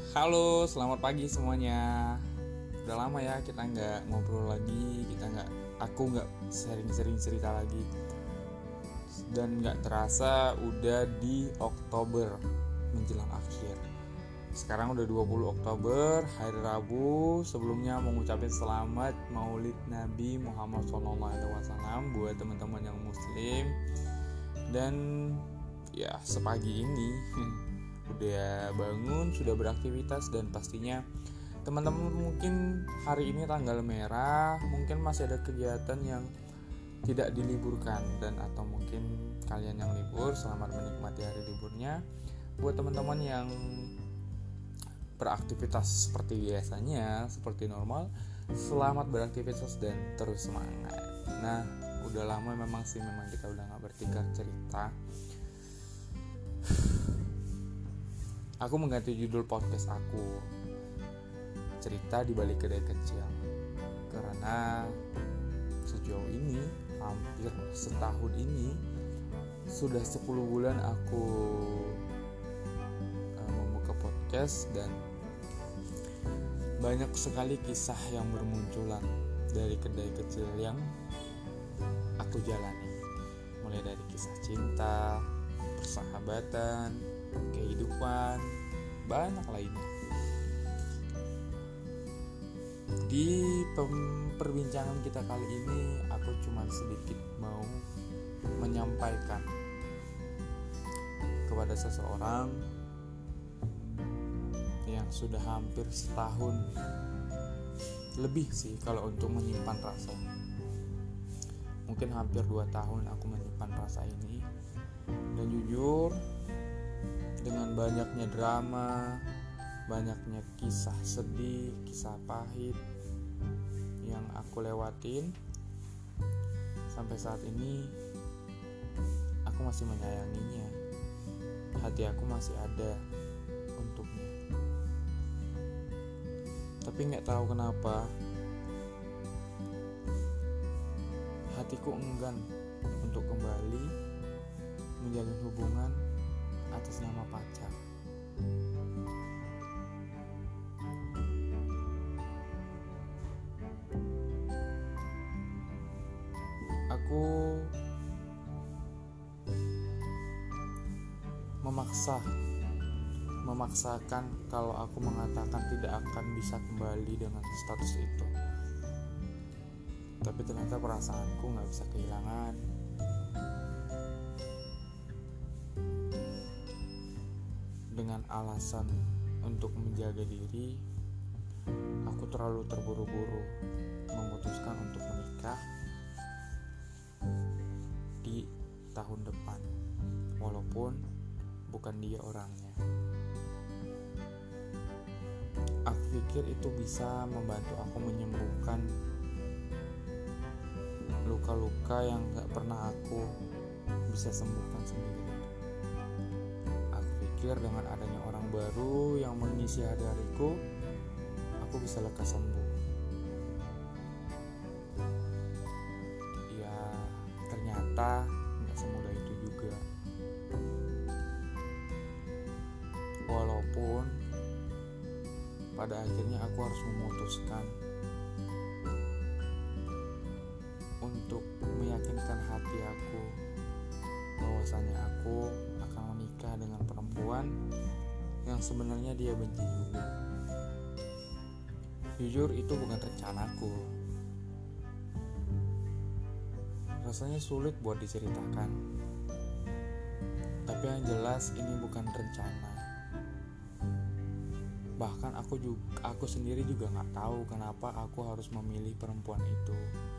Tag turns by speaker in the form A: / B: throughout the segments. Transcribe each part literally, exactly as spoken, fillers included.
A: Halo, selamat pagi semuanya. Udah lama ya kita nggak ngobrol lagi, kita nggak, aku nggak sering-sering cerita lagi. Dan nggak terasa udah di Oktober menjelang akhir. Sekarang udah dua puluh Oktober, hari Rabu. Sebelumnya mau ngucapin selamat Maulid Nabi Muhammad shallallahu alaihi wasallam buat teman-teman yang Muslim. Dan ya sepagi ini udah bangun, sudah beraktivitas, dan pastinya teman-teman mungkin hari ini tanggal merah, mungkin masih ada kegiatan yang tidak diliburkan, dan atau mungkin kalian yang libur, selamat menikmati hari liburnya. Buat teman-teman yang beraktivitas seperti biasanya, seperti normal, selamat beraktivitas dan terus semangat. Nah, udah lama memang sih memang kita udah gak bertukar cerita. Aku mengganti judul podcast aku, cerita di balik kedai kecil, karena sejauh ini hampir setahun ini sudah sepuluh bulan aku uh, membuka podcast, dan banyak sekali kisah yang bermunculan dari kedai kecil yang aku jalani, mulai dari kisah cinta, persahabatan, kehidupan, banyak lainnya. Di perbincangan kita kali ini, aku cuma sedikit mau menyampaikan kepada seseorang yang sudah hampir setahun lebih sih kalau untuk menyimpan rasa. Mungkin hampir dua tahun aku menyimpan rasa ini, dan jujur, dengan banyaknya drama, banyaknya kisah sedih, kisah pahit yang aku lewatin, sampai saat ini aku masih menyayanginya. Hati aku masih ada untuknya. Tapi gak tahu kenapa hatiku enggan untuk kembali menjalin hubungan atas nama pacar. Aku memaksa memaksakan kalau aku mengatakan tidak akan bisa kembali dengan status itu. Tapi ternyata perasaanku gak bisa kehilangan. Dengan alasan untuk menjaga diri, aku terlalu terburu-buru memutuskan untuk menikah di tahun depan, walaupun bukan dia orangnya. Aku pikir itu bisa membantu aku menyembuhkan luka-luka yang gak pernah aku bisa sembuhkan sendiri. Dengan adanya orang baru yang mengisi hari-hariku, aku bisa lekas sembuh. Ya, ternyata gak semudah itu juga. Walaupun pada akhirnya aku harus memutuskan untuk meyakinkan hati aku bahwasanya aku akan menikah dengan perempuan yang sebenarnya dia benci juga. Jujur, itu bukan rencanaku. Rasanya sulit buat diceritakan. Tapi yang jelas ini bukan rencana. Bahkan aku juga, aku sendiri juga nggak tahu kenapa aku harus memilih perempuan itu.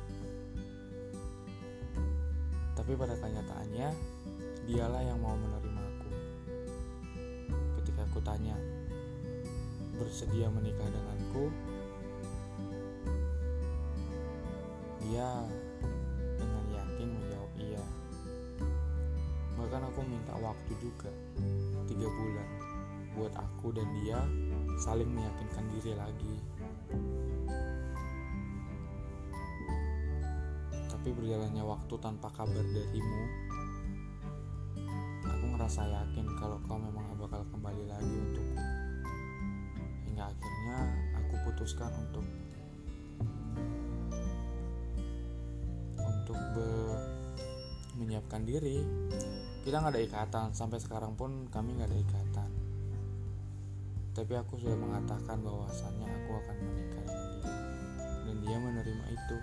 A: Tapi pada kenyataannya, dialah yang mau menerima aku. Ketika aku tanya, bersedia menikah denganku, dia dengan yakin menjawab iya. Bahkan aku minta waktu juga, tiga bulan, buat aku dan dia saling meyakinkan diri lagi. Tapi berjalannya waktu tanpa kabar darimu, aku ngerasa yakin kalau kau memang bakal kembali lagi untukku. Hingga akhirnya aku putuskan untuk Untuk be- menyiapkan diri. Kita gak ada ikatan, sampai sekarang pun kami gak ada ikatan. Tapi aku sudah mengatakan bahwasannya aku akan menikah dengan dia, dan dia menerima itu.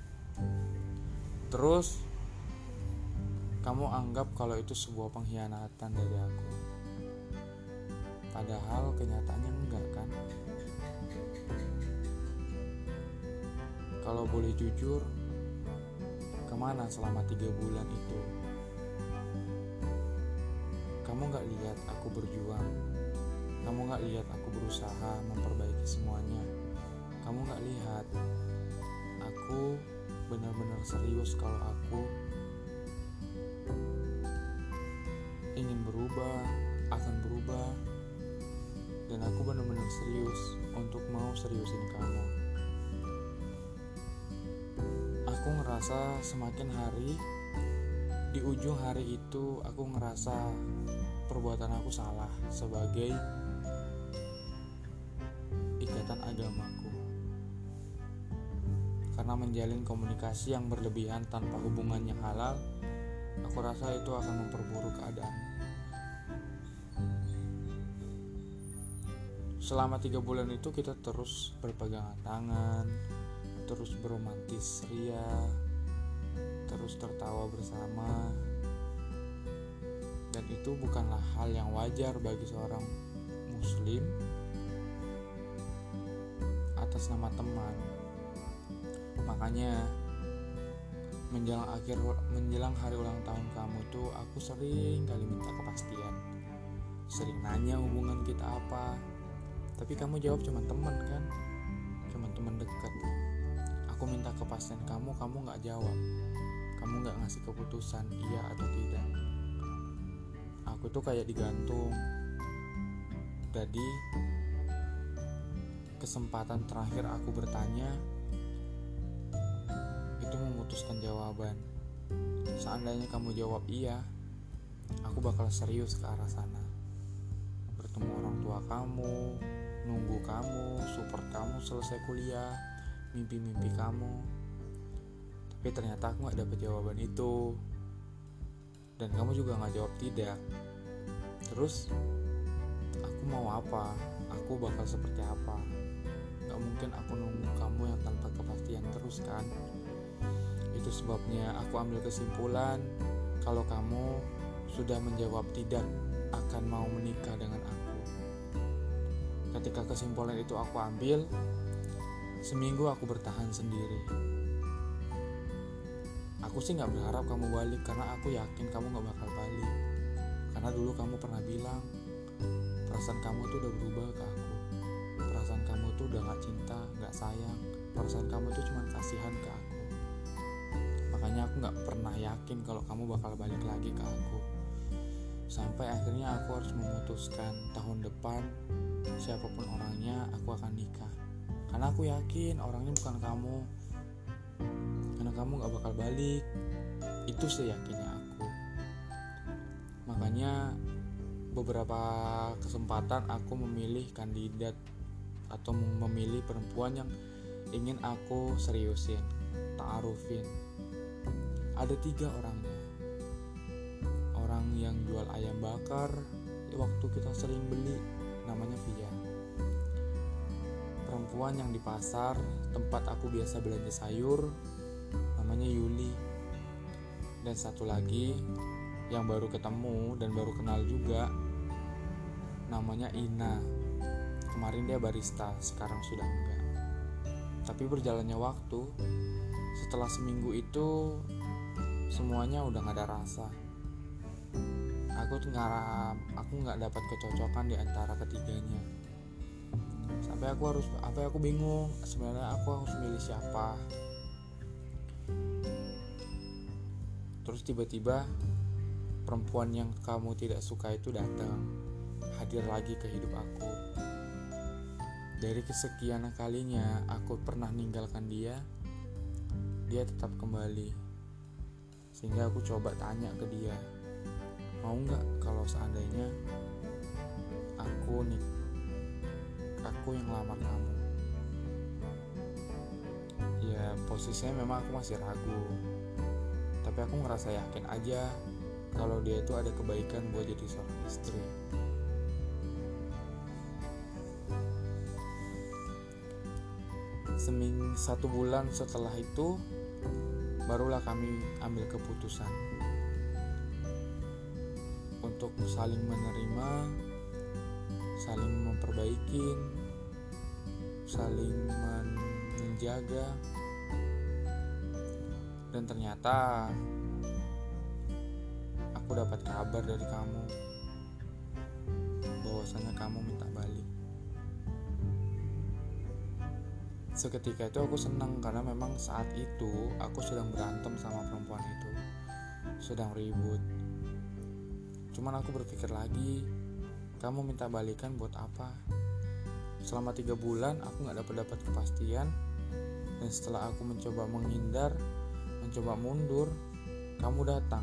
A: Terus kamu anggap kalau itu sebuah pengkhianatan dari aku, padahal kenyataannya enggak kan? Kalau boleh jujur, kemana selama tiga bulan itu? Kamu gak lihat aku berjuang? Kamu gak lihat aku berusaha memperbaiki semuanya? Kamu gak lihat aku benar-benar serius kalau aku ingin berubah, akan berubah, dan aku benar-benar serius untuk mau seriusin kamu. Aku ngerasa semakin hari, di ujung hari itu aku ngerasa perbuatan aku salah sebagai ikatan agamaku, karena menjalin komunikasi yang berlebihan tanpa hubungan yang halal. Aku rasa itu akan memperburuk keadaan. Selama tiga bulan itu kita terus berpegangan tangan, terus beromantis ria, terus tertawa bersama. Dan itu bukanlah hal yang wajar bagi seorang muslim atas nama teman. Makanya menjelang akhir menjelang hari ulang tahun kamu tuh aku sering kali minta kepastian. Sering nanya hubungan kita apa. Tapi kamu jawab cuma teman kan? Cuma teman dekat. Aku minta kepastian kamu, kamu gak jawab. Kamu gak ngasih keputusan iya atau tidak. Aku tuh kayak digantung. Jadi kesempatan terakhir aku bertanya itu memutuskan jawaban. Seandainya kamu jawab iya, aku bakal serius ke arah sana. Bertemu orang tua kamu, nunggu kamu, support kamu selesai kuliah, mimpi-mimpi kamu. Tapi ternyata aku gak dapet jawaban itu, dan kamu juga gak jawab tidak. Terus aku mau apa? Aku bakal seperti apa? Gak mungkin aku nunggu kamu yang tanpa kepastian terus kan? Itu sebabnya aku ambil kesimpulan kalau kamu sudah menjawab tidak akan mau menikah dengan aku. Ketika kesimpulan itu aku ambil, seminggu aku bertahan sendiri. Aku sih gak berharap kamu balik, karena aku yakin kamu gak bakal balik. Karena dulu kamu pernah bilang perasaan kamu tuh udah berubah ke aku. Perasaan kamu tuh udah gak cinta, gak sayang. Perasaan kamu tuh cuma kasihan ke aku. Makanya aku gak pernah yakin kalau kamu bakal balik lagi ke aku. Sampai akhirnya aku harus memutuskan tahun depan siapapun orangnya aku akan nikah. Karena aku yakin orangnya bukan kamu. Karena kamu gak bakal balik. Itu seyakinnya aku. Makanya beberapa kesempatan aku memilih kandidat atau memilih perempuan yang ingin aku seriusin, ta'arufin. Ada tiga orangnya. Orang yang jual ayam bakar waktu kita sering beli, namanya Via. Perempuan yang di pasar tempat aku biasa belanja sayur, namanya Yuli. Dan satu lagi yang baru ketemu dan baru kenal juga, namanya Ina. Kemarin dia barista, sekarang sudah enggak. Tapi berjalannya waktu, setelah seminggu itu semuanya udah gak ada rasa. Aku nggak aku nggak dapat kecocokan di antara ketiganya. Sampai aku harus apa aku bingung sebenarnya aku harus milih siapa. Terus tiba-tiba perempuan yang kamu tidak suka itu datang, hadir lagi ke hidup aku. Dari kesekian kalinya aku pernah ninggalkan dia, dia tetap kembali. Sehingga aku coba tanya ke dia, mau nggak kalau seandainya aku nih aku yang lamar kamu. Ya posisinya memang aku masih ragu, tapi aku ngerasa yakin aja kalau dia itu ada kebaikan buat jadi seorang istri. Seminggu satu bulan setelah itu barulah kami ambil keputusan untuk saling menerima, saling memperbaiki, saling menjaga. Dan ternyata aku dapat kabar dari kamu bahwasanya kamu minta balik. Seketika itu aku senang karena memang saat itu aku sedang berantem sama perempuan itu, sedang ribut. Cuman aku berpikir lagi, kamu minta balikan buat apa? Selama tiga bulan aku gak dapat-dapat kepastian. Dan setelah aku mencoba menghindar, mencoba mundur, kamu datang.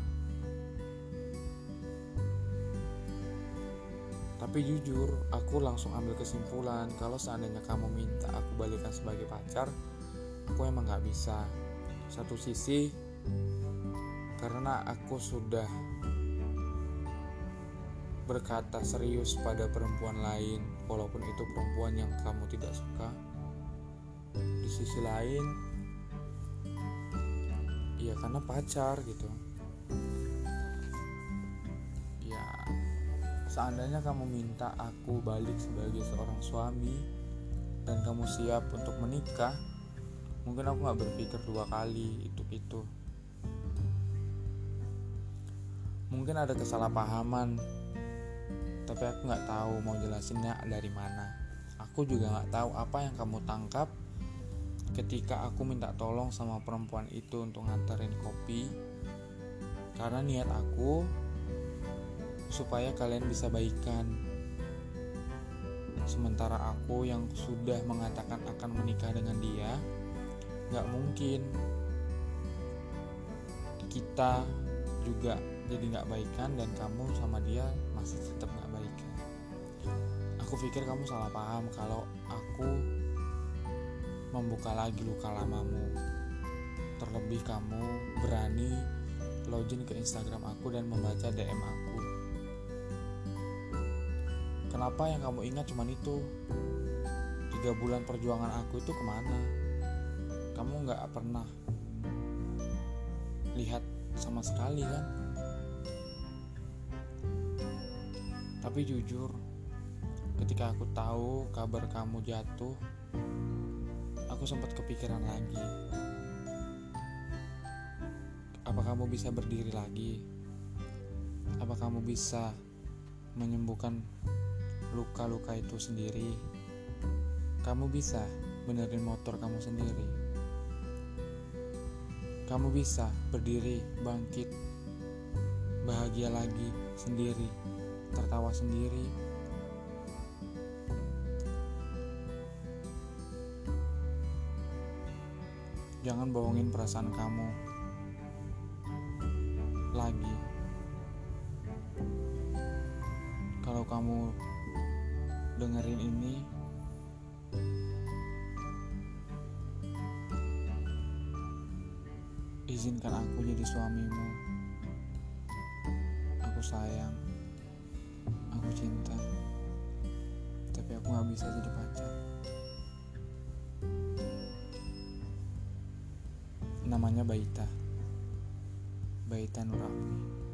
A: Tapi jujur, aku langsung ambil kesimpulan kalau seandainya kamu minta aku balikan sebagai pacar, aku emang gak bisa. Satu sisi, karena aku sudah berkata serius pada perempuan lain, walaupun itu perempuan yang kamu tidak suka. Di sisi lain, ya karena pacar gitu. Ya, seandainya kamu minta aku balik sebagai seorang suami dan kamu siap untuk menikah, mungkin aku gak berpikir dua kali untuk itu. Mungkin ada kesalahpahaman, tapi aku gak tahu mau jelasinnya dari mana. Aku juga gak tahu apa yang kamu tangkap ketika aku minta tolong sama perempuan itu untuk nganterin kopi. Karena niat aku supaya kalian bisa baikan. Sementara aku yang sudah mengatakan akan menikah dengan dia, gak mungkin kita juga jadi gak baikan dan kamu sama dia masih tetap gak baikan. Aku pikir kamu salah paham kalau aku membuka lagi luka lamamu. Terlebih kamu berani login ke Instagram aku dan membaca D M aku. Kenapa yang kamu ingat cuma itu? Tiga bulan perjuangan aku itu kemana? Kamu gak pernah lihat sama sekali kan? Tapi jujur, ketika aku tahu kabar kamu jatuh, aku sempat kepikiran lagi. Apa kamu bisa berdiri lagi? Apa kamu bisa menyembuhkan luka-luka itu sendiri? Kamu bisa benerin motor kamu sendiri? Kamu bisa berdiri, bangkit, bahagia lagi sendiri, tertawa sendiri? Jangan bohongin perasaan kamu lagi. Kalau kamu dengerin ini, izinkan aku jadi suamimu. Aku sayang, aku cinta, tapi aku gak bisa jadi pacar. Namanya Baita Baita Nurafni.